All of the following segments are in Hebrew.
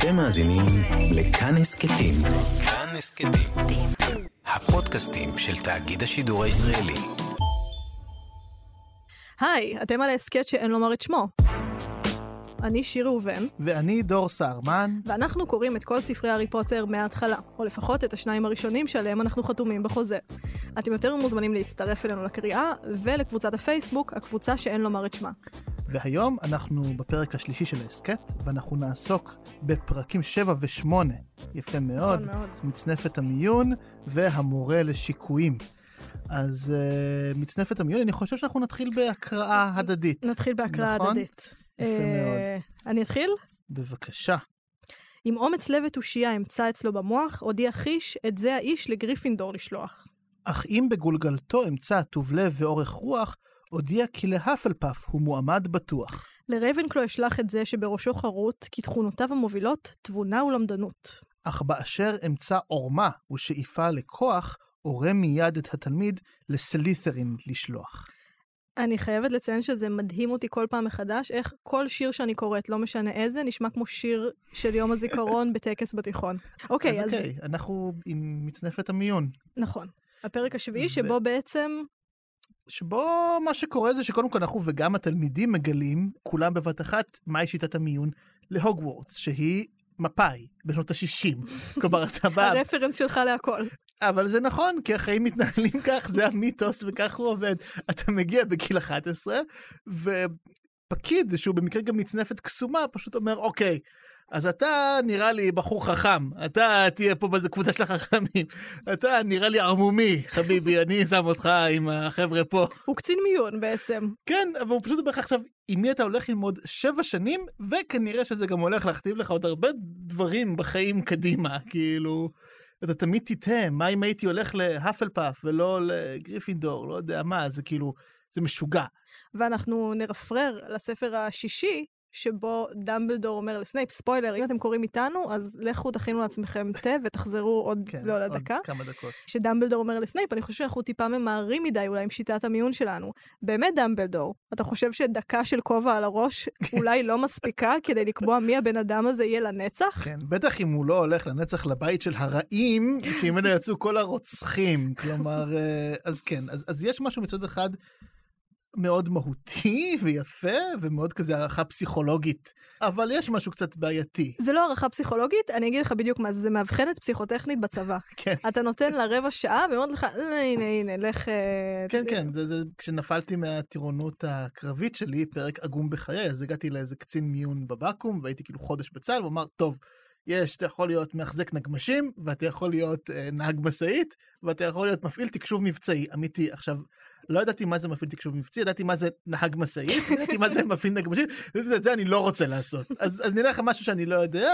אתם מאזינים לכאן הסכתים. כאן הסכתים. הפודקאסטים של תאגיד השידור הישראלי. היי, אתם על ההסכת שאין לומר את שמו. אני שיר ראובן. ואני דור סהרמן. ואנחנו קוראים את כל ספרי הארי פוטר מההתחלה, או לפחות את השניים הראשונים שעליהם אנחנו חתומים בחוזה. אתם יותר מוזמנים להצטרף אלינו לקריאה, ולקבוצת הפייסבוק, הקבוצה שאין לומר את שמה. והיום אנחנו בפרק השלישי של ההסכת, ואנחנו נעסוק בפרקים 7 ו-8. יפה מאוד. נכון מאוד. מצנפת המיון והמורה לשיקויים. אז מצנפת המיון, אני חושב שאנחנו נתחיל בהקראה הדדית. נתחיל בהקראה נכון? הדדית. יפה מאוד. אני אתחיל? בבקשה. עם אומץ לב ותושייה אמצא אצלו במוח, הודיע חיש את זה האיש לגריפינדור לשלוח. אך אם בגולגלתו אמצא טוב לב ואורך רוח, הודיע כי להפלפף הוא מועמד בטוח. לרייבנקלו אשלח את זה שבראשו חרוט, כי תכונותיו המובילות תבונה ולמדנות. אך באשר אמצא עורמה ושאיפה לכוח, הורה מיד את התלמיד לסלית'רין לשלוח. אני חייבת לציין שזה מדהים אותי כל פעם מחדש, איך כל שיר שאני קוראת, לא משנה איזה, נשמע כמו שיר של יום הזיכרון בטקס בתיכון. אוקיי, אז... אוקיי, אנחנו עם מצנפת המיון. נכון. הפרק השביעי שבו בעצם... שבו מה שקורה זה שקודם כל אנחנו וגם התלמידים מגלים, כולם בבת אחת, מהי שיטת המיון להוגוורטס, שהיא מפאי בשנות ה-60. כלומר, אתה בא... הרפרנס שלך להכל. אבל זה נכון, כי החיים מתנהלים כך, זה המיתוס וכך הוא עובד. אתה מגיע בגיל 11, ופקיד, שהוא במקרה גם מצנפת קסומה, פשוט אומר, אוקיי, אז אתה נראה לי בחור חכם, אתה תהיה פה באיזה קבוצה של החכמים, אתה נראה לי ערמומי, חביבי, אני שם אותך עם החבר'ה פה. הוא קצין מיון בעצם. כן, אבל הוא פשוט אומר עכשיו, עם מי אתה הולך ללמוד 7 שנים, וכנראה שזה גם הולך להכתיב לך עוד הרבה דברים בחיים קדימה, כאילו... אתה תמיד תיתה, מה אם הייתי הולך להפלפף ולא לגריפינדור, לא יודע מה, זה כאילו, זה משוגע. ואנחנו נרפרר לספר השישי, שבו דמבלדור אומר לסנייפ, ספוילר, אם אתם קוראים איתנו, אז לכו תכינו לעצמכם תה ותחזרו עוד כן, לא לדקה. עוד כמה דקות. שדמבלדור אומר לסנייפ, אני חושב שאנחנו טיפה ממהרים מדי אולי עם שיטת המיון שלנו. באמת דמבלדור, אתה חושב שדקה של כובע על הראש אולי לא מספיקה כדי לקבוע מי הבן אדם הזה יהיה לנצח? כן, בטח אם הוא לא הולך לנצח לבית של הרעים, שממנו יצאו כל הרוצחים. כלומר, אז כן, אז יש משהו מצד אחד מאוד מהותי ויפה, ומאוד כזה הערכה פסיכולוגית, אבל יש משהו קצת בעייתי. זה לא הערכה פסיכולוגית, אני אגיד לך בדיוק מה זה, זה מאבחנת פסיכוטכנית בצבא. כן. אתה נותן לה רבע שעה, ואומרת לך, הנה, לך... כן, כן, זה כשנפלתי מהטירונות הקרבית שלי, פרק עגום בחיי, אז הגעתי לאיזה קצין מיון בבקו"ם, והייתי כאילו חודש בצה"ל, ואומר, טוב, אתה יכול להיות מחזק נגמשים, ואתה יכול להיות נהג משאית, ואתה יכול להיות מפעיל תקשוב מבצעי, אמיתי. עכשיו, לא ידעתי מה זה מפעיל תקשוב מבצעי, ידעתי מה זה נהג משאית, ידעתי מה זה מפעיל נגמשים, ואת זה אני לא רוצה לעשות. אז נלך על משהו שאני לא יודע,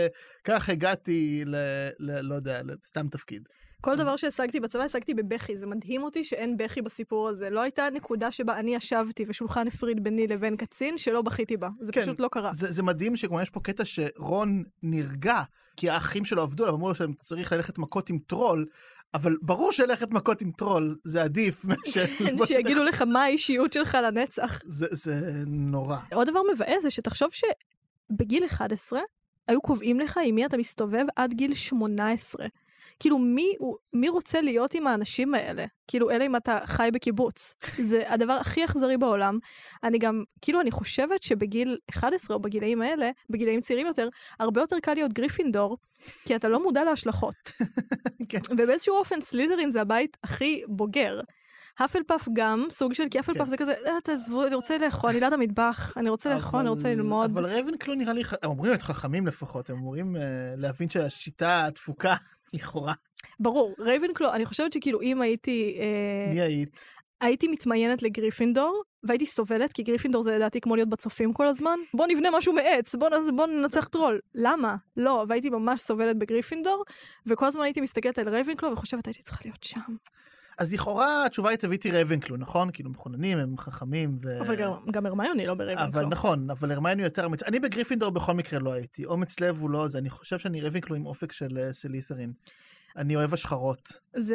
וכך הגעתי לא יודע, לסתם תפקיד. כל דבר שהשגתי בצבא, השגתי בבכי. זה מדהים אותי שאין בכי בסיפור הזה. לא הייתה נקודה שבה אני ישבתי ושולחן הפריד ביני לבין קצין שלא בכיתי בה. זה כן, פשוט לא קרה. זה מדהים שכמו יש פה קטע שרון נרגע, כי האחים שלו עבדו עליו, אמרו לו שהם צריך ללכת מכות עם טרול, אבל ברור שללכת מכות עם טרול זה עדיף. שיגידו לך מה האישיות שלך לנצח. זה נורא. עוד דבר מבאס זה שתחשוב שבגיל 11 היו קובעים לך עם מי אתה מסתובב עד גיל 18. כאילו, מי רוצה להיות עם האנשים האלה? כאילו, אלה אם אתה חי בקיבוץ. זה הדבר הכי אכזרי בעולם. אני גם, כאילו, אני חושבת שבגיל 11 או בגילאים האלה, בגילאים צעירים יותר, הרבה יותר קל להיות גריפינדור, כי אתה לא מודע להשלכות. כן. ובאיזשהו אופן, סלית'רין זה הבית הכי בוגר. הפלפף גם, סוג של, כי הפלפף זה כזה, תעזבו, אני רוצה לאכול, אני ליד המטבח, אני רוצה לאכול, אני רוצה ללמוד. אבל רייבנקלו נראה לי, הם אומרים להיות חכמים לפחות, הם אומרים להבין שהשיטה התפוקה לכאורה. ברור, רייבנקלו, אני חושבת שכאילו אם הייתי... מי היית? הייתי מתמיינת לגריפינדור, והייתי סובלת, כי גריפינדור זה לדעתי כמו להיות בצופים כל הזמן. בוא נבנה משהו מעץ, בוא ננצח טרול. למה? לא, והייתי ממש סובלת בגריפינדור, וכל הזמן הייתי מסתכלת על רייבנקלו, וחושבת הייתי צריכה להיות שם. אז לכאורה התשובה היא תביאי רייבנקלו, נכון? כאילו מכוננים, הם חכמים אבל גם הרמיוני לא ברייבנקלו. אבל נכון, אבל הרמיוני יותר אמיץ. אני בגריפינדור בכל מקרה לא הייתי. אומץ לב הוא לא זה. אני חושב שאני רייבנקלו עם אופק של סלית'רין. אני אוהב השחרות.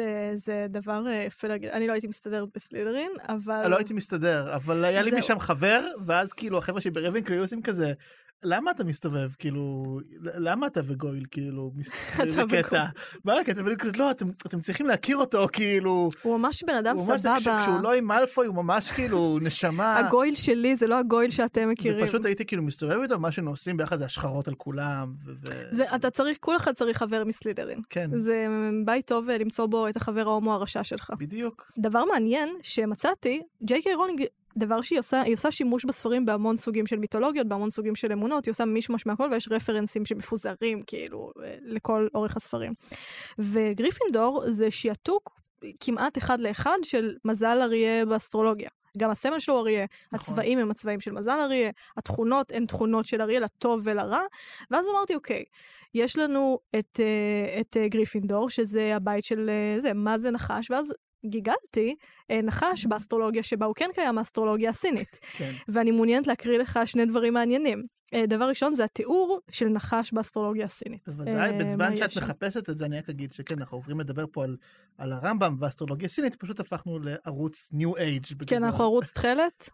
זה דבר יפה להגיד. אני לא הייתי מסתדר בסלית'רין, אבל... לא הייתי מסתדר, אבל היה לי משם חבר, ואז כאילו החבר'ה שברייבנקלו היו עושים כזה, למה אתה מסתובב, כאילו, למה אתה וגויל, כאילו, אתה בקטע? מה הקטע? לא, אתם צריכים להכיר אותו, כאילו... הוא ממש בן אדם סבבה. כשהוא לא עם מאלפוי, הוא ממש כאילו נשמה... הגויל שלי זה לא הגויל שאתם מכירים. ופשוט הייתי כאילו מסתובב איתו, מה שנו עושים ביחד זה השחרות על כולם. אתה צריך, כל אחד צריך חבר מסלידרין. כן. זה בית טוב למצוא בו את החבר ההומו הרשע שלך. בדיוק. דבר מעניין שמצאתי, ג'יי קיי רולינג, דבר שהיא עושה, היא עושה שימוש בספרים בהמון סוגים של מיתולוגיות, בהמון סוגים של אמונות, היא עושה מישמש מהכל, ויש רפרנסים שמפוזרים, כאילו, לכל אורך הספרים. וגריפינדור זה שיעתוק כמעט אחד לאחד של מזל אריה באסטרולוגיה. גם הסמל שלו אריה, הצבעים הם הצבעים של מזל אריה, התכונות הן תכונות של אריה לטוב ולרע, ואז אמרתי, אוקיי, יש לנו את גריפינדור, שזה הבית של זה, מה זה נחש, ואז גיגלתי נחש באסטרולוגיה שבה הוא כן קיים האסטרולוגיה הסינית. כן. ואני מעוניינת להקריא לך שני דברים מעניינים. דבר ראשון זה התיאור של נחש באסטרולוגיה הסינית. בוודאי, בזמן שאת מחפשת את זה, אני רק אגיד שכן, אנחנו עוברים לדבר פה על הרמב"ם והאסטרולוגיה הסינית, פשוט הפכנו לערוץ New Age. כן, אנחנו ערוץ תכלת,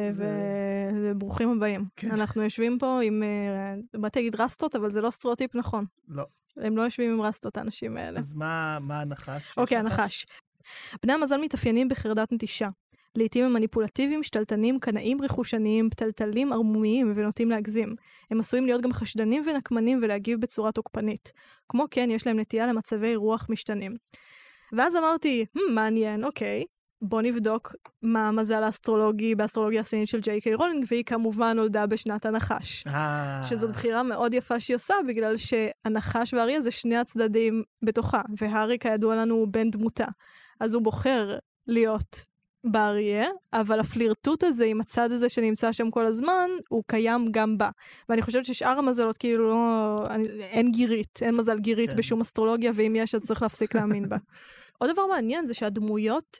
וברוכים הבאים. אנחנו יושבים פה עם, באתי להגיד רסטות, אבל זה לא סטריאוטיפ נכון. לא. הם לא יושבים עם רסטות, האנשים האלה. אז מה הנחש? אוקיי, הנחש. בני המזל מתאפיינים בחרדת נטישה. לעתים הם מניפולטיביים, שתלטנים, קנאים רכושניים, פתלתלים ערמומיים ונוטים להגזים. הם עשויים להיות גם חשדנים ונקמנים ולהגיב בצורה תוקפנית. כמו כן, יש להם נטייה למצבי רוח משתנים. ואז אמרתי, מעניין, אוקיי, בוא נבדוק מה המזל האסטרולוגי באסטרולוגיה הסינית של ג'יי קיי רולינג, והיא כמובן נולדה בשנת הנחש. שזאת בחירה מאוד יפה שהיא עושה, בגלל שהנחש והאריה זה שני הצדדים בתוכה, והארי כידוע לנו הוא בן דמותה. אז הוא בוחר להיות באריה, אבל הפלירטוט הזה עם הצד הזה שנמצא שם כל הזמן, הוא קיים גם בה. ואני חושבת ששאר המזלות כאילו לא... אין גירית, אין מזל גירית בשום אסטרולוגיה, ואם יש אז צריך להפסיק להאמין בה. עוד דבר מעניין זה שהדמויות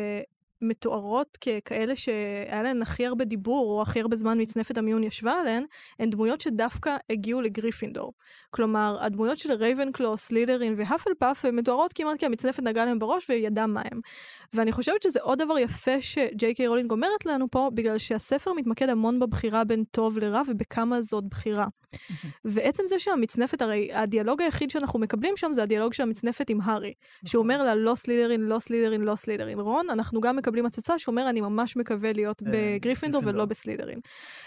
מתוארות ככאלה שהיה להן הכי הרבה דיבור, או הכי הרבה זמן מצנפת המיון ישבה עליהן, הן דמויות שדווקא הגיעו לגריפינדור. כלומר, הדמויות של רייבנקלו, סלידרין והפלפאף, הן מתוארות כמעט כי המצנפת נגעה להם בראש וידע מה הם. ואני חושבת שזה עוד דבר יפה שג'יי קיי רולינג אומרת לנו פה, בגלל שהספר מתמקד המון בבחירה בין טוב לרע, ובכמה זאת בחירה. ועצם זה שהמצנפת, הרי הדיאלוג היחיד שאנחנו מקבלים שם, זה הדיאלוג של המצנפת עם הארי, שאומר לה לא סלידרין, לא סלידרין, לא סלידרין. רון, אנחנו גם מקבלים הצצה שאומר, אני ממש מקווה להיות בגריפינדור ולא בסלידרין.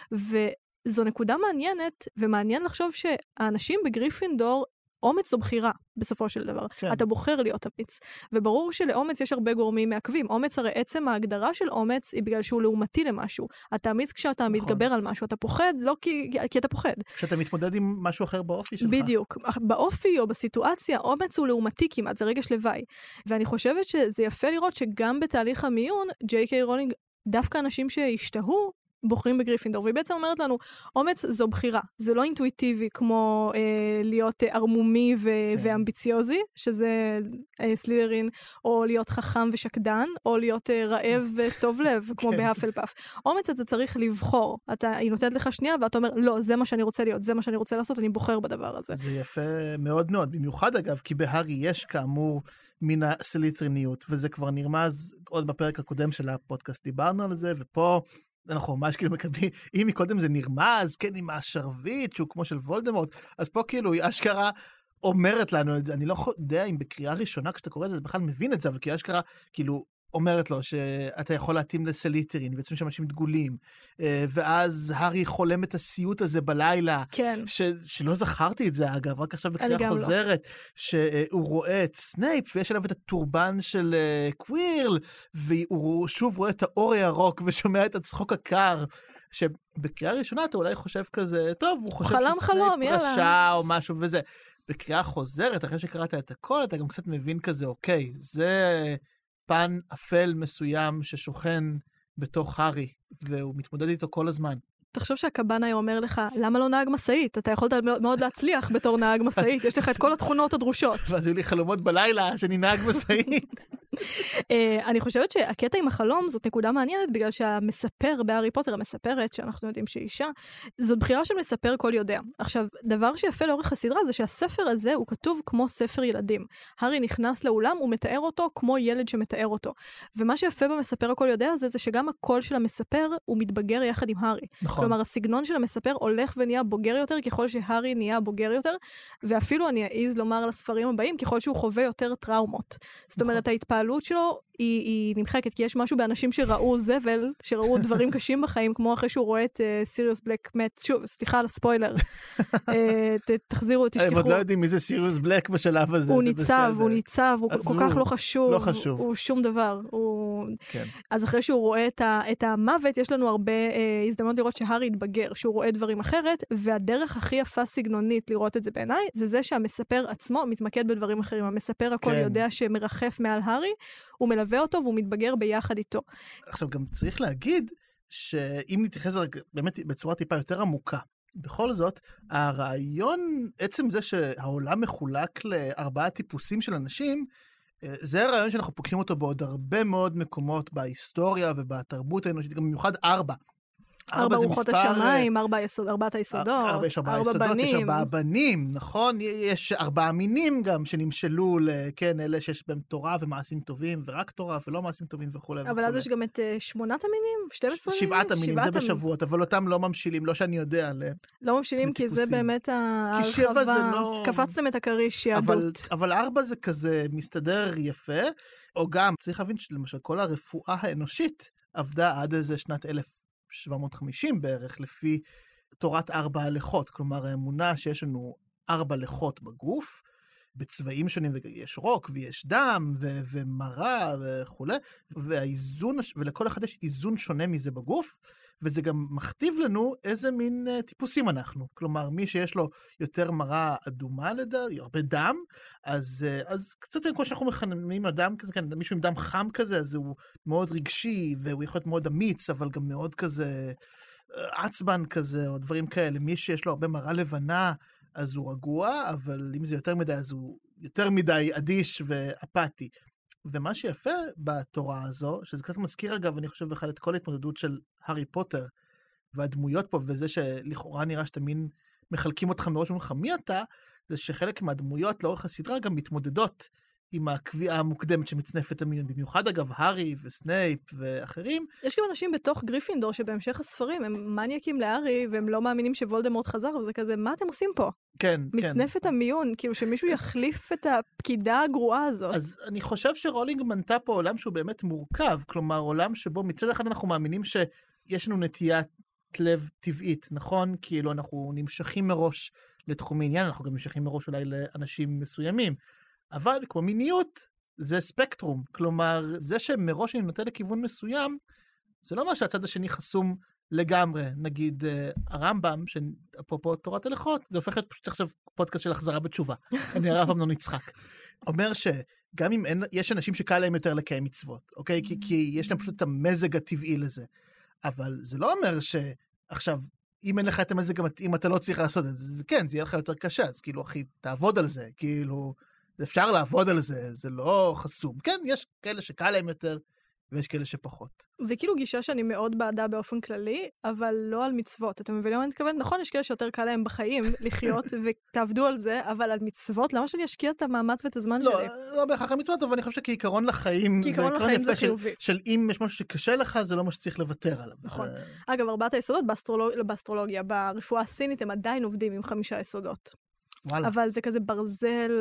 וזו נקודה מעניינת, ומעניין לחשוב שהאנשים בגריפינדור, אומץ זו בחירה, בסופו של דבר. כן. אתה בוחר להיות אמיץ. וברור שלאומץ יש הרבה גורמים מעכבים. אומץ, הרי עצם ההגדרה של אומץ, היא בגלל שהוא לעומתי למשהו. אתה אמיץ כשאתה מתגבר על משהו. אתה פוחד, לא כי אתה פוחד. כשאתה מתמודד עם משהו אחר באופי שלך. בדיוק. באופי או בסיטואציה, אומץ הוא לעומתי כמעט, זה רגש לוואי. ואני חושבת שזה יפה לראות שגם בתהליך המיון, ג'יי קיי רולינג, דווקא אנשים שהשתהו, בוחרים בגריפינדור, והיא בעצם אומרת לנו, אומץ זו בחירה, זה לא אינטואיטיבי כמו להיות ערמומי ואמביציוזי, שזה סלידרין, או להיות חכם ושקדן, או להיות רעב וטוב לב, כמו בהפלפאף. אומץ אתה צריך לבחור, היא נותנת לך שנייה, ואתה אומר, לא, זה מה שאני רוצה להיות, זה מה שאני רוצה לעשות, אני בוחר בדבר הזה. זה יפה מאוד מאוד, במיוחד אגב, כי בהרי יש כאמור מן הסליטריניות, וזה כבר נרמז עוד בפרק הקודם של הפודקאסט, דיברנו על זה, ופה אנחנו ממש כאילו מקבלים, אם מקודם זה נרמז, כן, עם השרביט, שהוא כמו של וולדמורט, אז פה כאילו היא אשכרה אומרת לנו את זה, אני לא יודע אם בקריאה ראשונה כשאתה קורא את זה, אתה בכלל מבין את זה, אבל כי אשכרה כאילו אומרת לו שאתה יכול להתאים לסליטרין, ויוצאים שם אנשים דגולים, ואז הארי חולם את הסיוט הזה בלילה, כן. שלא זכרתי את זה אגב, רק עכשיו בקריאה חוזרת, שהוא רואה את סנייפ, ויש עליו את הטורבן של קווירל, והוא שוב רואה את האור הירוק, ושומע את הצחוק הקר, שבקריאה ראשונה אתה אולי חושב כזה, טוב, הוא חושב שסנייפ רשע או משהו וזה. בקריאה חוזרת, אחרי שקראת את הכל, אתה גם קצת מבין כזה, אוקיי, זה פן אפל מסוים ששוכן בתוך הארי, והוא מתמודד איתו כל הזמן. תחשוב שהקב"ן היה אומר לך, למה לא נהג מסעית? אתה יכולת מאוד להצליח בתור נהג מסעית, יש לך את כל התכונות הדרושות. ואז היו לי חלומות בלילה שאני נהג מסעית. אני חושבת שהקטע עם החלום זאת נקודה מעניינת, בגלל שהמספר בהארי פוטר, המספרת, שאנחנו יודעים שהיא אישה, זאת בחירה של מספר כל יודע. עכשיו, דבר שיפה לאורך הסדרה זה שהספר הזה הוא כתוב כמו ספר ילדים. הארי נכנס לאולם, הוא מתאר אותו כמו ילד שמתאר אותו. ומה שיפה במספר הכל יודע זה שגם הקול של המספר הוא מתבגר יחד עם הארי. נכון. כלומר, הסגנון של המספר הולך ונהיה בוגר יותר ככל שהארי נהיה בוגר יותר, ואפילו אני אעז לומר לספרים הבאים, ככל שהוא חווה יותר טראומות. זאת אומרת, ההתפעלות שלו היא נמחקת, כי יש משהו באנשים שראו זבל, שראו דברים קשים בחיים, כמו אחרי שהוא רואה את סיריוס בלק מת, שוב, סליחה על הספוילר. תחזירו, תשכחו. הם עוד לא יודעים מי זה סיריוס בלק בשלב הזה, הוא ניצב, הוא כל כך לא חשוב. לא חשוב. הוא שום דבר. אז אחרי שהוא רואה את המוות, יש לנו הרבה הזדמנות לראות שהארי יתבגר, שהוא רואה דברים אחרת, והדרך הכי יפה סגנונית לראות את זה בעיניי, זה שהמספר עצמו מתמקד בדברים אחרים. המספר הכל יודע שמרחף מעל הארי, הוא מלווה אותו והוא מתבגר ביחד איתו. עכשיו גם צריך להגיד שאם נתייחס באמת בצורה טיפה יותר עמוקה, בכל זאת, הרעיון, עצם זה שהעולם מחולק לארבעה טיפוסים של אנשים, זה הרעיון שאנחנו פוגשים אותו בעוד הרבה מאוד מקומות בהיסטוריה ובתרבות האנושית, גם במיוחד 4. 4 רוחות השמיים, 4 היסודות, יש 4 יסודות, יש 4 בנים, נכון? יש 4 מינים גם שנמשלו, כן, אלה שיש בהם תורה ומעשים טובים, ורק תורה ולא מעשים טובים וכו'. אבל אז יש גם את 8 המינים, 12 מינים? 7 המינים, זה בשבועות, אבל אותם לא ממשילים, לא שאני יודע. לא ממשילים, כי זה באמת ההרחבה, קפצתם את הקריש יהדות. אבל 4 זה כזה מסתדר יפה, או גם, צריך להבין שלמשל כל הרפואה האנושית עבדה עד איזה שנת 1750 בערך, לפי תורת 4 הלכות, כלומר האמונה שיש לנו 4 לחות בגוף, בצבעים שונים, ויש רוק ויש דם ומרה וכו', והאיזון, ולכל אחד יש איזון שונה מזה בגוף, וזה גם מכתיב לנו איזה מין טיפוסים אנחנו. כלומר, מי שיש לו יותר מרה אדומה, הרבה דם, אז קצת כמו שאנחנו מכנים אדם כזה, כן, מישהו עם דם חם כזה, אז הוא מאוד רגשי, והוא יכול להיות מאוד אמיץ, אבל גם מאוד כזה עצבן כזה, או דברים כאלה. מי שיש לו הרבה מרה לבנה, אז הוא רגוע, אבל אם זה יותר מדי, אז הוא יותר מדי אדיש ואפתי. ומה שיפה בתורה הזו, שזה קצת מזכיר אגב, אני חושב בכלל את כל ההתמודדות של הארי פוטר, והדמויות פה, וזה שלכאורה נראה שאתה מין מחלקים אותך מראש ממך מי אתה, זה שחלק מהדמויות לאורך הסדרה גם מתמודדות עם הקביעה המוקדמת שמצנפת המיון, במיוחד אגב הארי וסנייפ ואחרים. יש גם אנשים בתוך גריפינדור שבהמשך הספרים הם מניאקים להארי, והם לא מאמינים שוולדמורט חזר, וזה כזה, מה אתם עושים פה? כן, מצנפת המיון, כאילו שמישהו יחליף את הפקידה הגרועה הזאת. אז אני חושב שרולינג מנתה פה עולם שהוא באמת מורכב, כלומר עולם שבו מצד אחד אנחנו מאמינים שיש לנו נטיית לב טבעית, נכון? כאילו אנחנו נמשכים מראש לתחום העניין, אנחנו גם נמשכים מראש אולי לאנשים מסוימים, אבל כמו מיניות זה ספקטרום, כלומר זה שמראש אני נוטה לכיוון מסוים, זה לא אומר שהצד השני חסום לגמרי, נגיד הרמב"ם, אפרופו תורת הלכות, זה הופך להיות פשוט עכשיו פודקאסט של החזרה בתשובה, אני הרב אמנון יצחק, אומר שגם אם יש אנשים שקל להם יותר לקיים מצוות, אוקיי? כי יש להם פשוט את המזג הטבעי לזה, אבל זה לא אומר שעכשיו, אם אין לך את המזג המתאים, אתה לא צריך לעשות את זה, כן, זה יהיה לך יותר קשה, אז כאילו, אחי, תעבוד על זה, כאילו, אפשר לעבוד על זה, זה לא חסום. כן, יש כאלה שקל להם יותר, ויש כאלה שפחות. זה כאילו גישה שאני מאוד בעדה באופן כללי, אבל לא על מצוות. אתם מבינים מה אני מתכוון? נכון, יש כאלה שיותר קל להם בחיים לחיות ותעבדו על זה, אבל על מצוות, למה שאני אשקיע את המאמץ ואת הזמן שלי? לא בהכרח על מצוות, אבל אני חושב שכעיקרון לחיים, כעיקרון לחיים זה חיובי. של אם יש משהו שקשה לך, זה לא מה שצריך לוותר עליו. נכון. אגב, 4 היסודות באסטרולוגיה, ברפואה הסינית, הם עדיין עובדים עם 5 יסודות. אבל זה כזה ברזל,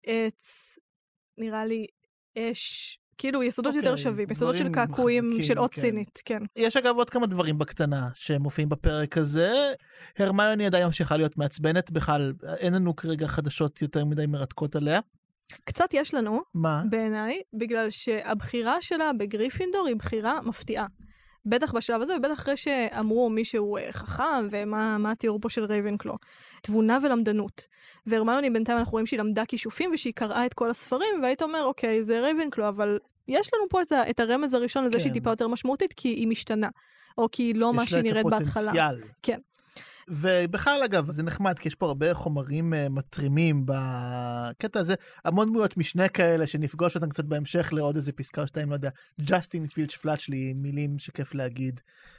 עץ, נראה לי אש, כאילו יסודות יותר שווים, יסודות של קעקועים של אות סינית, כן. יש אגב עוד כמה דברים בקטנה שמופיעים בפרק הזה. הרמיוני עדיין ממשיכה להיות מעצבנת, בכלל אין לנו כרגע חדשות יותר מדי מרתקות עליה. קצת יש לנו, בעיניי, בגלל שהבחירה שלה בגריפינדור היא בחירה מפתיעה. בטח בשלב הזה, ובטח אחרי שאמרו מישהו חכם, ומה התיאור פה של רייבנקלו. תבונה ולמדנות. והרמיוני בינתיים אנחנו רואים שהיא למדה כישופים, ושהיא קראה את כל הספרים, והיית אומר, אוקיי, זה רייבנקלו, אבל יש לנו פה את הרמז הראשון לזה שהיא טיפה יותר משמעותית, כי היא משתנה. או כי היא לא מה שהיא נראית בהתחלה. יש לה את הפוטנציאל. כן. ובכלל, אגב, זה נחמד, כי יש פה הרבה חומרים מטרימים בקטע הזה, המון דמויות משנה כאלה, שנפגוש אותם קצת בהמשך לעוד איזה פסקה שתיים, לא יודע, ג'סטין פילץ' פלאצ'לי, מילים שכיף להגיד,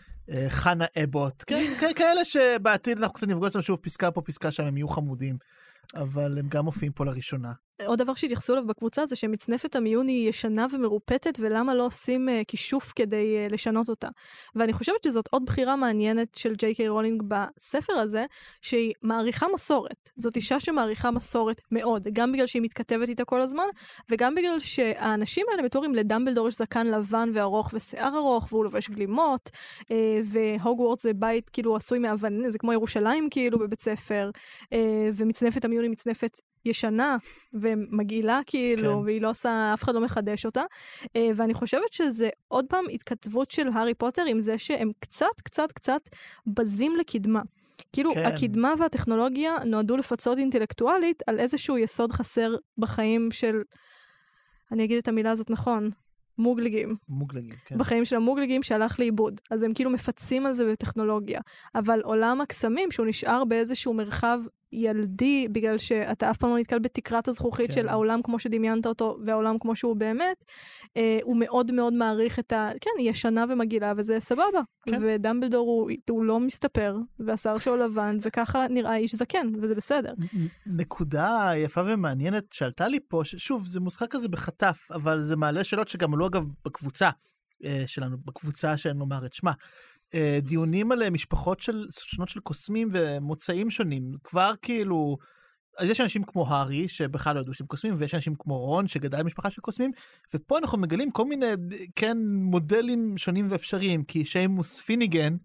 חנה אבוט, כאלה שבעתיד אנחנו קצת נפגוש אותם שוב פסקה פה, פסקה שם, הם יהיו חמודים, אבל הם גם מופיעים פה לראשונה. עוד דבר שהתייחסו אליו בקבוצה זה שמצנפת המיון היא ישנה ומרופטת, ולמה לא עושים כישוף כדי לשנות אותה. ואני חושבת שזאת עוד בחירה מעניינת של ג'יי קיי רולינג בספר הזה, שהיא מעריכה מסורת. זאת אישה שמעריכה מסורת מאוד, גם בגלל שהיא מתכתבת איתה כל הזמן, וגם בגלל שהאנשים האלה מתוארים לדמבלדור יש זקן לבן וארוך ושיער ארוך, והוא לובש גלימות, והוגוורטס זה בית כאילו עשוי מאבנים, זה כמו ירושלים כאילו בבית ספר, ומצנפת המיון היא מצנפת ישנה ומגעילה כאילו, כן. והיא לא עושה, אף אחד לא מחדש אותה. ואני חושבת שזה עוד פעם התכתבות של הארי פוטר עם זה שהם קצת בזים לקדמה. כאילו, כן. הקדמה והטכנולוגיה נועדו לפצות אינטלקטואלית על איזשהו יסוד חסר בחיים של, אני אגיד את המילה הזאת נכון, מוגלגים. מוגלגים, כן. בחיים של המוגלגים שהלך לאיבוד. אז הם כאילו מפצים על זה בטכנולוגיה. אבל עולם הקסמים, שהוא נשאר באיזשהו מרחב ילדי, בגלל שאתה אף פעם לא נתקל בתקרת הזכוכית של העולם כמו שדמיינת אותו, והעולם כמו שהוא באמת, הוא מאוד מאוד מעריך את כן, ישנה ומגילה, וזה סבבה. כן. ודמבלדור הוא לא מסתפר, והשיער שלו לבן, וככה נראה איש זקן, וזה בסדר. נקודה יפה ומעניינת שעלתה לי פה, שוב, זה משחק כזה בחטף, אבל זה מעלה שאלות שגם עלו אגב בקבוצה שלנו, בקבוצה שאני נאמר את שמה. דיונים על משפחות שונות של קוסמים ומוצאים שונים, כבר כאילו, אז יש אנשים כמו הארי, שבכלל לא ידעו שהם קוסמים, ויש אנשים כמו רון, שגדל במשפחה של קוסמים, ופה אנחנו מגלים כל מיני, כן, מודלים שונים ואפשריים, כי שיימוס פיניגן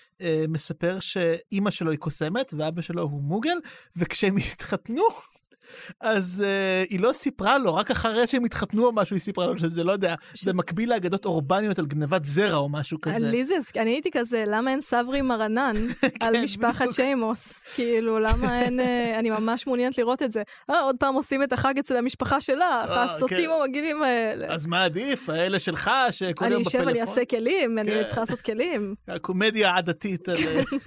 מספר שאימא שלו היא קוסמת, ואבא שלו הוא מוגל, וכשהם התחתנו, אז היא לא סיפרה לו, רק אחרי שהם התחתנו או משהו, היא סיפרה לו, שזה לא יודע, זה מקביל לאגדות אורבניות על גנבת זרע או משהו כזה. אני הייתי כזה, למה אין סברי מרנן על משפחת שיימוס? כאילו, למה אין, אני ממש מעוניינת לראות את זה. עוד פעם עושים את החג אצל המשפחה שלה, הסוטים המגעילים האלה. אז מה עדיף? האלה שלך, שכל יום בפלאפון? אני אשב, אני אעשה כלים, אני צריכה לעשות כלים. הקומדיה העדתית על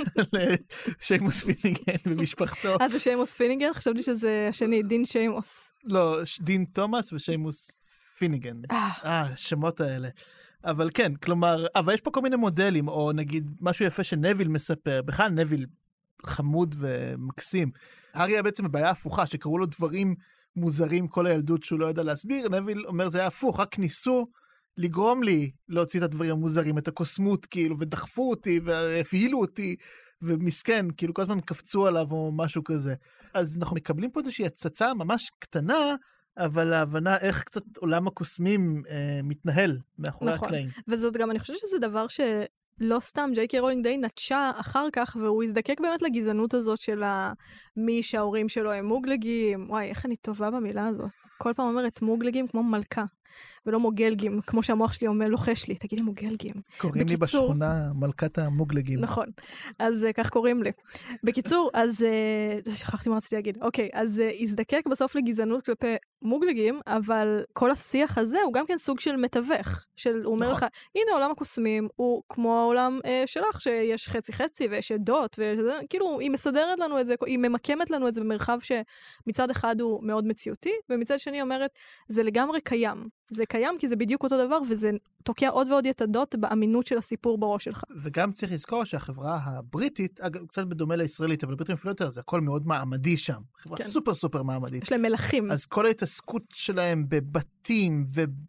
שיימוס פיניגן ומשפחתו. אז זה שיימוס פיניגן? חשבתי שזה השני, דין שיימוס. לא, דין תומאס ושיימוס פיניגן. השמות האלה. אבל כן, כלומר, אבל יש פה כל מיני מודלים, או נגיד משהו יפה שנביל מספר, בכלל נביל חמוד ומקסים. הארי היה בעצם בבעיה הפוכה, שקראו לו דברים מוזרים כל הילדות שהוא לא ידע להסביר, נביל אומר זה היה הפוך, רק ניסו לגרום לי להוציא את הדברים המוזרים, את הקוסמות כאילו, ודחפו אותי והפעילו אותי, ומסכן, כאילו כל הזמן קפצו עליו או משהו כזה. אז אנחנו מקבלים פה איזושהי הצצה ממש קטנה, אבל ההבנה איך קצת עולם הקוסמים מתנהל מאחורי הקלעים. וזאת גם, אני חושבת שזה דבר שלא סתם, ג'יי קיי רולינג די נטשה אחר כך, והוא הזדקק באמת לגזענות הזאת של מי שההורים שלו הם מוגלגים. וואי, איך אני טובה במילה הזאת. כל פעם אומרת מוגלגים כמו מלכה. ולא מוגלגים, כמו שהמוח שלי אומר, לוחש לי, תגידי מוגלגים. קוראים לי בשכונה מלכת המוגלגים. נכון, אז כך קוראים לי. בקיצור, אז שכחתי מה רציתי להגיד. אוקיי, אז הזדקק בסוף לגזענות כלפי מוגלגים, אבל כל השיח הזה הוא גם כן סוג של מתווך, הוא אומר לך, הנה עולם הקוסמים, הוא כמו העולם שלך, שיש חצי-חצי ויש עדות, וכאילו היא מסדרת לנו את זה, היא ממקמת לנו את זה במרחב שמצד אחד הוא מאוד מציאותי, ומצד שני אומרת, זה לגמרי קיים. זה קיים כי זה בדיוק אותו דבר, וזה תוקע עוד ועוד יתדות באמינות של הסיפור בראש שלך. וגם צריך לזכור שהחברה הבריטית, קצת בדומה לישראלית, אבל בריטים אפילו יותר, זה הכל מאוד מעמדי שם. חברה סופר סופר מעמדית. יש להם מלכים. אז כל ההתעסקות שלהם בבתים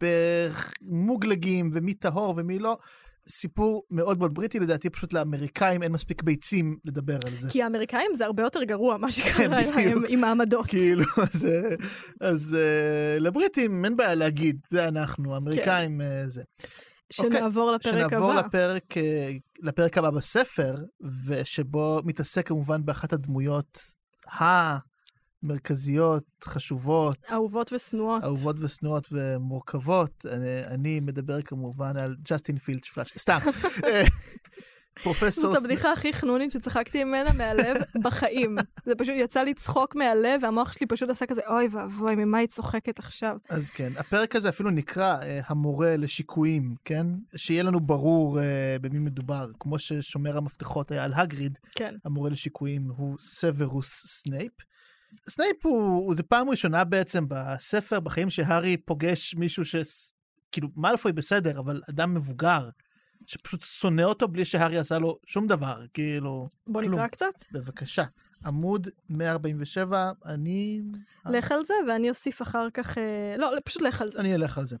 ובמוגלגים ומי טהור ומי לא, סיפור מאוד מאוד בריטי, לדעתי פשוט לאמריקאים אין מספיק ביצים לדבר על זה. כי האמריקאים זה הרבה יותר גרוע, מה שקרה להם עם העמדות. כאילו, אז לבריטים אין בעיה להגיד, זה אנחנו, האמריקאים זה. שנעבור לפרק הבא. שנעבור לפרק הבא בספר, ושבו מתעסק כמובן באחת הדמויות מרכזיות, חשובות. אהובות ושנואות. אהובות ושנואות ומורכבות. אני מדבר כמובן על ג'סטין פילץ' פלאצ'לי. סתם. פרופסור... זאת הבדיחה הכי חנונית שצחקתי ממנה מהלב בחיים. זה פשוט יצא לי צחוק מהלב, והמוח שלי פשוט עשה כזה, אוי ואבוי, ממה היא צוחקת עכשיו? אז כן, הפרק הזה אפילו נקרא המורה לשיקויים, כן? שיהיה לנו ברור במי מדובר. כמו ששומר המפתחות היה על הגריד, כן. המורה לשיקויים הוא סוורוס סנייפ. סנייפ זה פעם ראשונה בעצם בספר, בחיים שהארי פוגש מישהו כאילו, מאלפוי בסדר, אבל אדם מבוגר, שפשוט שונא אותו בלי שהארי עשה לו שום דבר, כאילו... בוא כלום. נקרא קצת? בבקשה. עמוד 147, אני... לך על זה, ואני אוסיף אחר כך... לא, פשוט לך על זה. אני אלך על זה.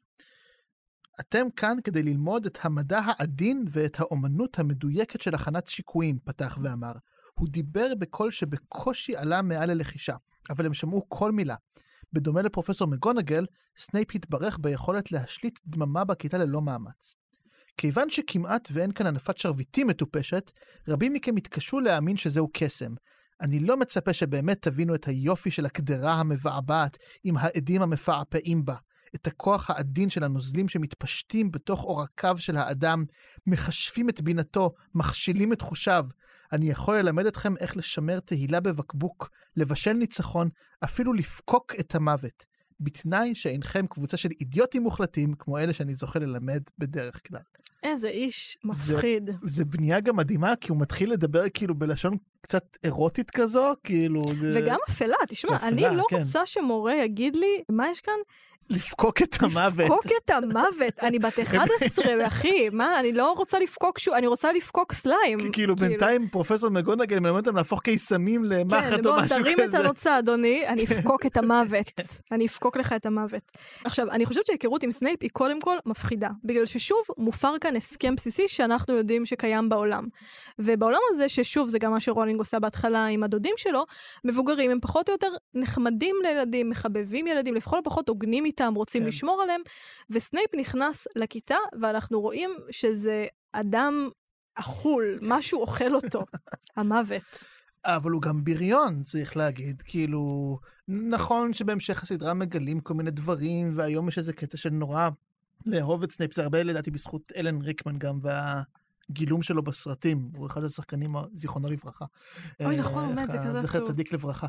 אתם כאן כדי ללמוד את המדע העדין ואת האומנות המדויקת של הכנת שיקויים, פתח ואמר. הוא דיבר בקול שבקושי עלה מעל ללחישה, אבל הם שמעו כל מילה. בדומה לפרופסור מגונגל, סנייפ התברך ביכולת להשליט דממה בכיתה ללא מאמץ. כיוון שכמעט ואין כאן הנפת שרביטים מטופשת, רבים מכם התקשו להאמין שזהו קסם. אני לא מצפה שבאמת תבינו את היופי של הקדרה המבעבעת עם העדים המפעפעים בה, את הכוח העדין של הנוזלים שמתפשטים בתוך עורקיו של האדם, מחשפים את בינתו, מכשילים את חושיו. אני יכול ללמד אתכם איך לשמר תהילה בבקבוק, לבשל ניצחון, אפילו לפקוק את המוות, בתנאי שאינכם קבוצה של אידיוטים מוחלטים, כמו אלה שאני זוכה ללמד בדרך כלל. איזה איש מפחיד. זה בנייה גם מדהימה, כי הוא מתחיל לדבר כאילו בלשון קצת אירוטית כזו, כאילו... וגם אפלה, תשמע, אני לא רוצה שמורה יגיד לי, מה יש כאן? לפקוק את המוות. לפקוק את המוות. אני בת 11, אחי. מה? אני לא רוצה לפקוק אני רוצה לפקוק סליים. כאילו בינתיים פרופסור מגונגל מלמד אותם להפוך קיסמים למחט או משהו כזה. כן, בוא, תרים את הנוצה, אדוני. אני אפקוק את המוות. אני אפקוק לך את המוות. עכשיו, אני חושבת שהיכרות עם סנייפ היא קודם כל מפחידה. בגלל ששוב מופר כאן הסכם בסיסי שאנחנו יודעים שקיים בעולם. ובעולם הזה, ששוב זה גם מה שרולינג עושה בהתחלה עם הדודים שלו, מבוגרים הם פחות או יותר נחמדים לילדים, מחבבים ילדים, לפחות פחות הוגנים איתם, רוצים לשמור עליהם, וסנייפ נכנס לכיתה, ואנחנו רואים שזה אדם אכול, משהו אוכל אותו, המוות. אבל הוא גם בריון, צריך להגיד, כאילו, נכון שבהמשך הסדרה מגלים כל מיני דברים, והיום יש איזה קטע של נורא לאהוב את סנייפ, זה הרבה לדעתי בזכות אלן ריקמן גם, גילום שלו בסרטים, הוא אחד השחקנים, זיכרונו לברכה. אוי, נכון, באמת, זה כזה זכר צדיק לברכה.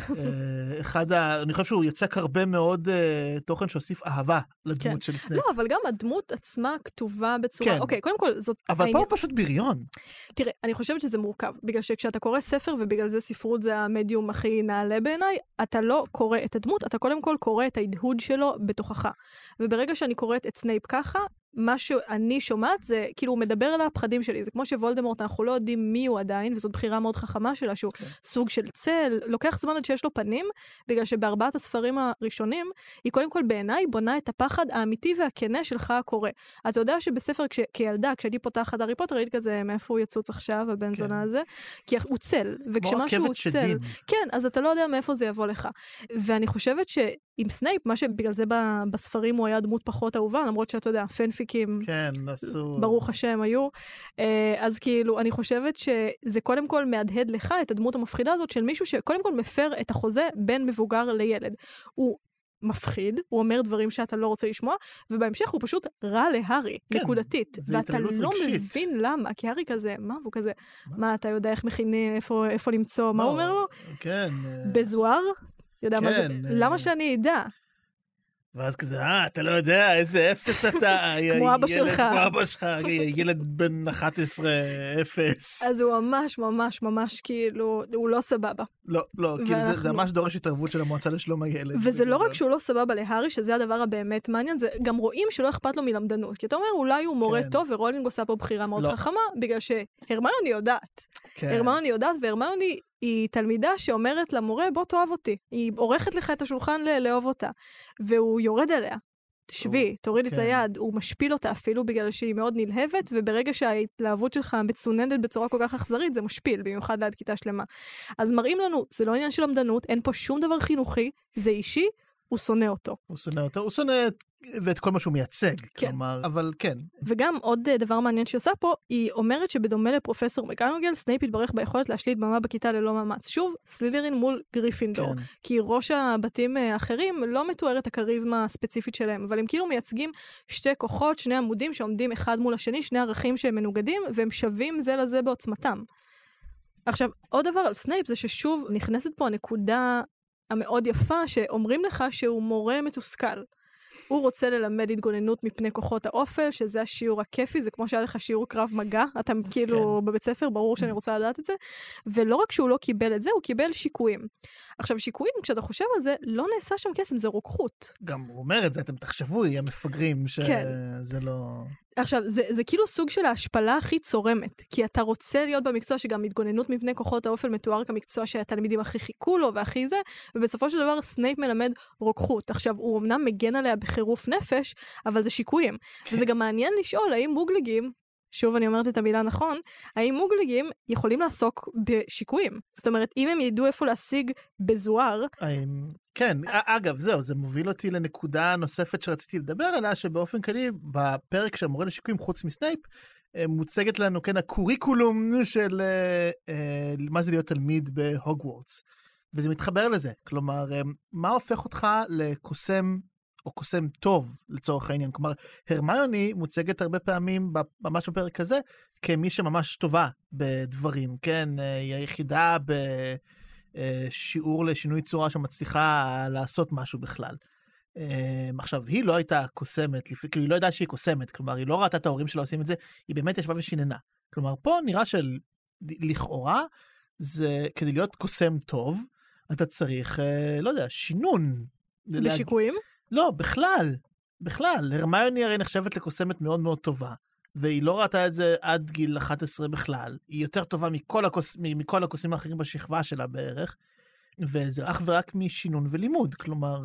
אני חושב שהוא יצק הרבה מאוד תוכן שהוסיף אהבה לדמות של סנייפ. לא, אבל גם הדמות עצמה כתובה בצורה... אוקיי, קודם כל, זאת... אבל פה הוא פשוט בריון. תראה, אני חושבת שזה מורכב, בגלל שכשאתה קורא ספר, ובגלל זה ספרות זה המדיום הכי נעלה בעיניי, אתה לא קורא את הדמות, אתה קודם כל קורא את ההדהוד שלו בתוכך. וברגע שאני קוראת את סנייפ ככה, מה שאני שומעת זה, כאילו הוא מדבר על הפחדים שלי, זה כמו שוולדמורט, אנחנו לא יודעים מי הוא עדיין, וזאת בחירה מאוד חכמה שלה, שהוא סוג של צל, לוקח זמן עד שיש לו פנים, בגלל שבארבעת הספרים הראשונים, היא קודם כל בעיניי בונה את הפחד האמיתי והכנה שלך הקורא. אתה יודע שבספר, כילדה, כשהייתי פותחת הארי פוטר, ראית כזה, מאיפה הוא יצוץ עכשיו, הבן זונה הזה, כי הוא צל, וכשמשהו הוא צל, כן, אז אתה לא יודע מאיפה זה יבוא לך. ואני חושבת עם סנייפ, מה שבגלל זה בספרים הוא היה דמות פחות אהובה, למרות שאתה יודע, פנפיקים, כן, ברוך השם היו, אז כאילו, אני חושבת שזה קודם כל מהדהד לך את הדמות המפחידה הזאת של מישהו שקודם כל מפר את החוזה בין מבוגר לילד. הוא מפחיד, הוא אומר דברים שאתה לא רוצה לשמוע, ובהמשך הוא פשוט רע להארי, נקודתית. ואתה לא מבין למה, כי הארי כזה, מה הוא כזה? מה, אתה יודע איך מכינים, איפה למצוא, מה הוא אומר לו? כן. בזוהר? יודע מה זה? למה שאני אדע? ואז כזה, אתה לא יודע, איזה אפס אתה. כמו אבא שלך. כמו אבא שלך, ילד בן 11, אפס. אז הוא ממש, ממש, ממש, כאילו, הוא לא סבבה. לא, כאילו, זה ממש דורש התערבות של המועצה לשלום הילד. וזה לא רק שהוא לא סבבה להארי, שזה הדבר הבאמת מעניין, זה גם רואים שלא אכפת לו מלמדנות. כי אתה אומר, אולי הוא מורה טוב, ורולינג עושה פה בחירה מאוד חכמה, בגלל שהרמיוני יודעת. הרמיוני יודעת, והרמיוני היא תלמידה שאומרת למורה, בוא תאהב אותי. היא עורכת לך את השולחן לאהוב אותה. והוא יורד עליה. תשבי, תוריד את היד. הוא משפיל אותה אפילו בגלל שהיא מאוד נלהבת, וברגע שההתלהבות שלך מצוננת בצורה כל כך אכזרית, זה משפיל, במיוחד ליד כיתה שלמה. אז מראים לנו, זה לא עניין של למדנות, אין פה שום דבר חינוכי, זה אישי, הוא שונא אותו. הוא שונא ואת כל מה שהוא מייצג, כן. כלומר, אבל כן. וגם עוד דבר מעניין שהיא עושה פה, היא אומרת שבדומה לפרופסור מקגונגל, סנייפ התברך ביכולת להשליט במה בכיתה ללא מאמץ. שוב, סלית'רין מול גריפינדור. כן. כי ראש הבתים האחרים לא מתוארת הכריזמה הספציפית שלהם, אבל הם כאילו מייצגים שתי כוחות, שני עמודים שעומדים אחד מול השני, שני ערכים שהם מנוגדים, והם שווים זה לזה בעוצמתם. עכשיו, עוד דבר על סנייפ זה ששוב נכנסת פה הנקודה המאוד יפה, שאומרים לך שהוא מורה מתוסכל. הוא רוצה ללמד התגוננות מפני כוחות האופל, שזה השיעור הכיפי, זה כמו שהיה לך שיעור קרב מגע, אתה כאילו בבית ספר, ברור שאני רוצה לדעת את זה, ולא רק שהוא לא קיבל את זה, הוא קיבל שיקויים. עכשיו, שיקויים, כשאתה חושב על זה, לא נעשה שם קסם, זה רוקחות. גם הוא אומר את זה, אתם תחשבו, יהיה מפגרים שזה לא... עכשיו, זה כאילו סוג של ההשפלה הכי צורמת, כי אתה רוצה להיות במקצוע שגם התגוננות מפני כוחות האופל מתואר כמקצוע שהתלמידים הכי חיכו לו והכי זה, ובסופו של דבר סנייפ מלמד רוקחות. עכשיו, הוא אמנם מגן עליה בחירוף נפש, אבל זה שיקויים. וזה גם מעניין לשאול, האם מוגלגים, שוב אני אומרת את המילה נכון, האם מוגלגים יכולים לעסוק בשיקויים? זאת אומרת, אם הם ידעו איפה להשיג בזוהר... כן, אגב, זהו, זה מוביל אותי לנקודה נוספת שרציתי לדבר עליה, שבאופן כללי, בפרק של המורה לשיקויים חוץ מסנייפ, מוצגת לנו, כן, הקוריקולום של מה זה להיות תלמיד בהוגוורטס. וזה מתחבר לזה. כלומר, מה הופך אותך לקוסם, או קוסם טוב, לצורך העניין? כלומר, הרמיוני מוצגת הרבה פעמים, ממש בפרק הזה, כמי שממש טובה בדברים, כן? היא היחידה בשיעור לשינוי צורה שמצליחה לעשות משהו בכלל. עכשיו, היא לא הייתה קוסמת, כאילו היא לא ידעה שהיא קוסמת, כלומר, היא לא ראתה את ההורים שלה עושים את זה, היא באמת ישבה ושיננה. כלומר, פה נראה שלכאורה, זה כדי להיות קוסם טוב, אתה צריך, לא יודע, שינון. בשיקויים? לא, בכלל. הרמיוני הרי נחשבת לקוסמת מאוד מאוד טובה, והיא לא ראתה את זה עד גיל 11 בכלל. היא יותר טובה מכל הקוסמים האחרים בשכבה שלה בערך, וזה אך ורק משינון ולימוד. כלומר,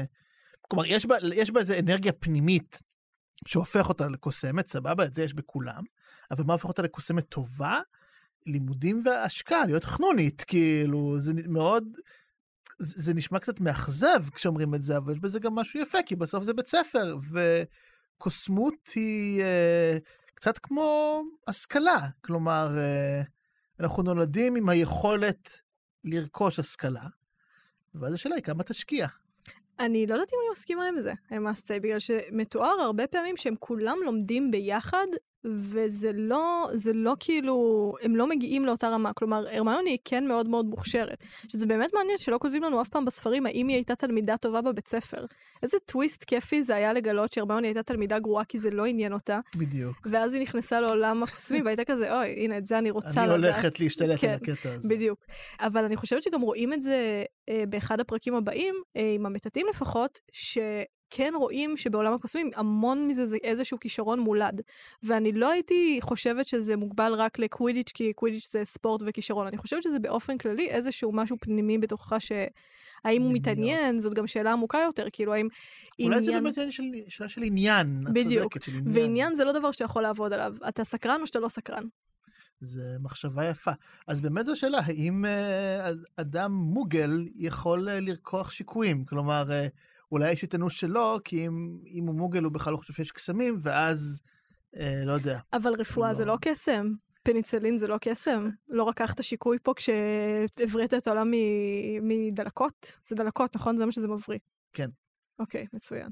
יש בה איזו אנרגיה פנימית שהופך אותה לקוסמת, סבבה, את זה יש בכולם, אבל מה הופך אותה לקוסמת טובה? לימודים והשקעה, להיות חנונית, כאילו, זה מאוד... זה נשמע קצת מאכזב כשאומרים את זה, אבל יש בזה גם משהו יפה, כי בסוף זה בית ספר, וקוסמות היא קצת כמו השכלה. כלומר, אנחנו נולדים עם היכולת לרכוש השכלה, ואז השאלה היא כמה תשקיע. אני לא יודעת אם אני מסכימה עם זה, I must say, בגלל שמתואר הרבה פעמים שהם כולם לומדים ביחד, וזה לא כאילו, הם לא מגיעים לאותה רמה. כלומר, הרמיוני היא כן מאוד מאוד מוכשרת, שזה באמת מעניין שלא כותבים לנו אף פעם בספרים, האם היא הייתה תלמידה טובה בבית ספר. איזה טוויסט כיפי זה היה לגלות שהרמיוני הייתה תלמידה גרועה, כי זה לא עניין אותה. בדיוק. ואז היא נכנסה לעולם הקוסמים, והייתה כזה, אוי, הנה, את זה אני רוצה לדעת. אני הולכת להשתלט על הקטע הזה. בדיוק. אבל אני חושבת שגם רואים את זה באחד הפרקים הבאים, עם המטאטים לפחות, שכן רואים שבעולם הקוסמים המון מזה זה איזשהו כישרון מולד. ואני לא הייתי חושבת שזה מוגבל רק לקווידיץ', כי קווידיץ' זה ספורט וכישרון. אני חושבת שזה באופן כללי איזשהו משהו פנימי בתוכך האם הוא מתעניין, זאת גם שאלה עמוקה יותר, כאילו האם עניין... אולי זה באמת שאלה של עניין, בדיוק, ועניין זה לא דבר שאתה יכול לעבוד עליו. אתה סקרן או שאתה לא סקרן? זה מחשבה יפה. אז באמת זו שאלה, האם אדם מוגל יכול לרקוח שיקויים? כלומר, אולי יש יתנו שלא, כי אם הוא מוגל הוא בכלל לא חושב שיש קסמים, ואז לא יודע. אבל רפואה זה לא קסם. פניצלין זה לא קסם. לא לקחת שיקוי פה כשהבראת את העולם מדלקות. זה דלקות, נכון? זה מה שזה מבריא. כן. אוקיי, מצוין.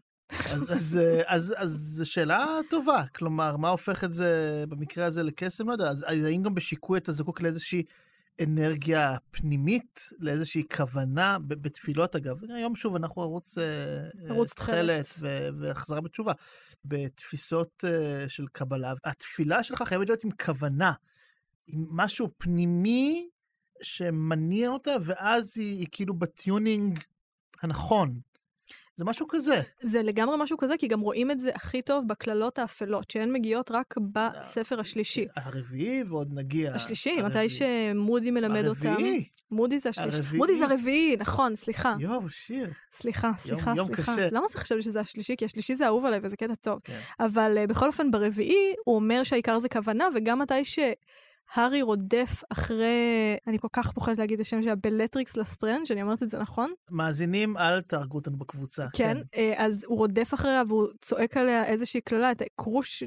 אז זו שאלה טובה. כלומר, מה הופך את זה במקרה הזה לקסם? לא יודע. אז האם גם בשיקוי אתה זקוק לאיזושהי אנרגיה פנימית, לאיזושהי כוונה, בתפילות אגב. היום שוב אנחנו ערוץ תחלת והחזרה בתשובה. בתפיסות של קבלה. התפילה שלך חייבת להיות עם כוונה, עם משהו פנימי שמניע אותה, ואז היא כאילו בטיונינג הנכון. זה משהו כזה. זה לגמרי משהו כזה, כי גם רואים את זה הכי טוב בכללות האפלות, שהן מגיעות רק בספר השלישי. הרביעי ועוד נגיע. השלישי, מתי שמודי מלמד אותם. הרביעי. מודי זה השלישי. מודי זה הרביעי, נכון, סליחה. יואו, שיר. סליחה. יום קשה. למה זה חשבתי שזה השלישי? כי השלישי זה אהוב עליי וזה קטע טוב. אבל בכל אופן ברביעי, הוא אומר שהעיקר זה כוונה, וגם מתי הארי רודף אחרי, אני כל כך פוחדת להגיד את השם שלה, בלטריקס לסטרנג', אני אומרת את זה נכון? מאזינים, אל תהרגו אותנו בקבוצה. כן, אז הוא רודף אחריה והוא צועק עליה איזושהי כללה, את הקרוש,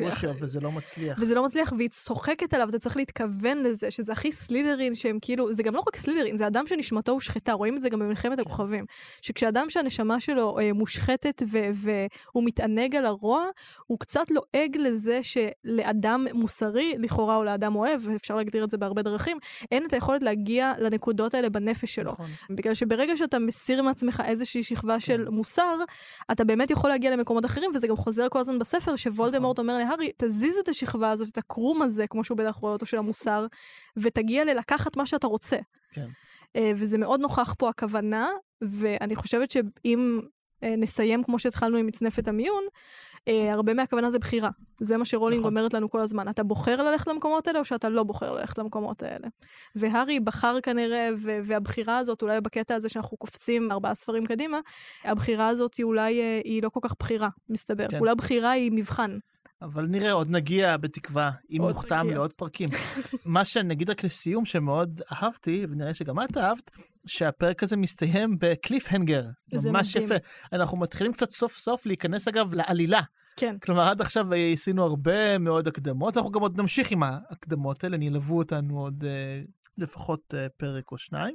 וזה לא מצליח. וזה לא מצליח, והיא צוחקת עליו, אתה צריך להתכוון לזה, שזה הכי סלידרין, שהם כאילו, זה גם לא רק סלידרין, זה אדם שנשמתו הושחתה, רואים את זה גם במלחמת הכוכבים, שכשאדם שהנשמה שלו מושחתת והוא מתענג על הרוע, הוא קצת לועג לזה שלאדם מוסרי, לכאורה או לאדם אוהב, ואפשר להגדיר את זה בהרבה דרכים, אין את היכולת להגיע לנקודות האלה בנפש שלו. נכון. בגלל שברגע שאתה מסיר מעצמך איזושהי שכבה של מוסר, אתה באמת יכול להגיע למקומות אחרים, וזה גם חוזר כל הזמן בספר, שוולדמורט אומר להארי, תזיז את השכבה הזאת, את הקרום הזה, כמו שהוא בטח רואה אותו של המוסר, ותגיע ללקחת מה שאתה רוצה. כן. וזה מאוד נוכח פה הכוונה, ואני חושבת שאם נסיים כמו שהתחלנו עם מצנפת המיון, הרבה מהכוונה זה בחירה. זה מה שרולינג אומרת לנו כל הזמן. אתה בוחר ללכת למקומות האלה, או שאתה לא בוחר ללכת למקומות האלה. והארי בחר כנראה, והבחירה הזאת, אולי בקטע הזה שאנחנו קופצים 4 ספרים קדימה, הבחירה הזאת אולי היא לא כל כך בחירה, מסתבר. כן. אולי הבחירה היא מבחן. אבל נראה, עוד נגיע בתקווה, אם מוכתם לעוד פרקים. מה שנגיד רק לסיום שמאוד אהבתי, ונראה שגם את אהבת, שהפרק הזה מסתיים בקליפהנגר. זה ממש יפה. אנחנו מתחילים קצת סוף סוף להיכנס אגב לעלילה. כן. כלומר, עד עכשיו עשינו הרבה מאוד הקדמות, אנחנו גם עוד נמשיך עם ההקדמות האלה, נלוו אותנו עוד לפחות פרק או 2.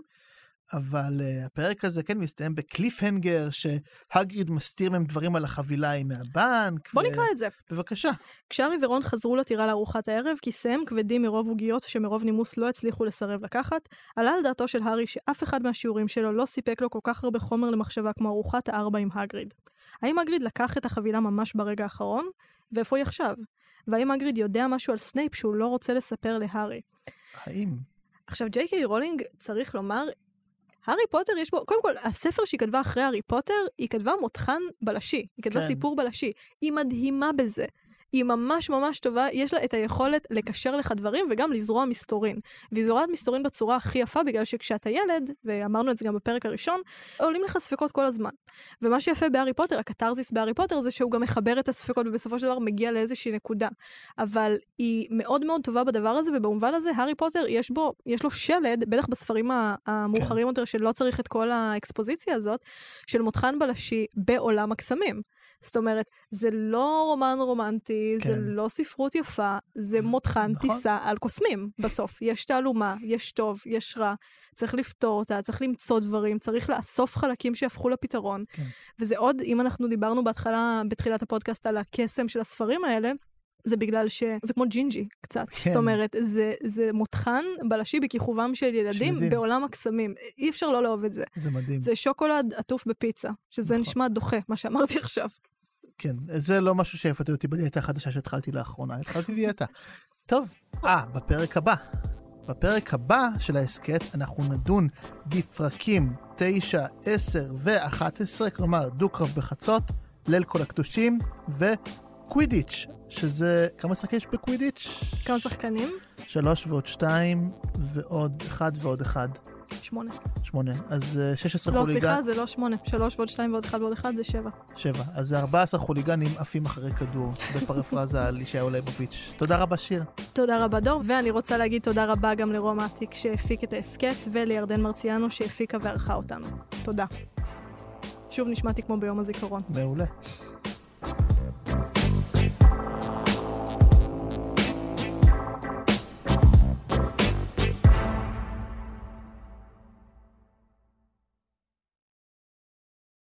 אבל הפרק הזה כן מסתיים בקליפהנגר, שהגריד מסתיר מהם דברים על החבילה מהבנק. בוא נקרא את זה. בבקשה. כשהארי ורון חזרו לטירה לארוחת הערב, כיסיהם כבדים מרוב עוגיות שמרוב נימוס לא הצליחו לסרב לקחת, עלה על דעתו של הארי שאף אחד מהשיעורים שלו לא סיפק לו כל כך הרבה חומר למחשבה כמו ארוחת 4 עם הגריד. האם הגריד לקח את החבילה ממש ברגע האחרון? ואיפה היא עכשיו? והאם הגריד יודע משהו על סנייפ שהוא לא רוצה לספר להארי? האם? עכשיו, ג'יי.קיי רולינג צריך לומר, הארי פוטר יש בו, קודם כל, הספר שהיא כתבה אחרי הארי פוטר, היא כתבה מותחן בלשי, היא כתבה סיפור בלשי, היא מדהימה בזה, היא ממש ממש טובה, יש לה את היכולת לקשר לך דברים וגם לזרוע מסתורין, והיא זורעת מסתורין בצורה הכי יפה, בגלל שכשאתה ילד, ואמרנו את זה גם בפרק הראשון, עולים לך ספקות כל הזמן. ומה שיפה בהארי פוטר, הקטרזיס בהארי פוטר, זה שהוא גם מחבר את הספקות, ובסופו של דבר מגיע לאיזושהי נקודה. אבל היא מאוד מאוד טובה בדבר הזה, ובמובן הזה, הארי פוטר, יש לו שלד, בטח בספרים המאוחרים יותר, שלא צריך את כל האקספוזיציה הזאת, של מותחן בלשי בעולם הקסמים. זאת אומרת, זה לא רומן רומנטי, זה לא ספרות יפה, זה מותחן טיסה על קוסמים בסוף. יש תעלומה, יש טוב, יש רע, צריך לפתור אותה, צריך למצוא דברים, צריך לאסוף חלקים שיהפכו לפתרון. וזה עוד, אם אנחנו דיברנו בתחילת הפודקאסט על הקסם של הספרים האלה, זה בגלל שזה כמו ג'ינג'י קצת. זאת אומרת, זה מותחן בלשי בכיכובם של ילדים בעולם הקסמים. אי אפשר לא לאהוב את זה. זה מדהים. זה שוקולד עטוף בפיצה, שזה נשמע דוחה, מה שאמרתי עכשיו. כן, זה לא משהו שיפתה אותי בדיאטה החדשה שהתחלתי לאחרונה. התחלתי דיאטה. טוב, בפרק הבא של ההסקט אנחנו נדון בפרקים 9, 10 ו-11, כלומר דו-קרב בחצות, ליל כל הקדושים וקווידיץ', שזה, כמה שחקנים יש בקווידיץ'? כמה שחקנים? 3 ועוד 2 ועוד 1 ועוד 1. 8. אז 16 חוליגן. לא, סליחה, זה לא 8. 3 ועוד 2 ועוד 1 ועוד 1 זה 7. 7. אז זה 14 חוליגנים עפים אחרי כדור, בפרפרזה על ישעיהו ליבוביץ'. תודה רבה, שיר. תודה רבה, דור. ואני רוצה להגיד תודה רבה גם לרום עתיק שהפיק את ההסקט, ולירדן מרציאנו שהפיקה וערכה אותנו. תודה. שוב נשמעתי כמו ביום הזיכרון. מעולה.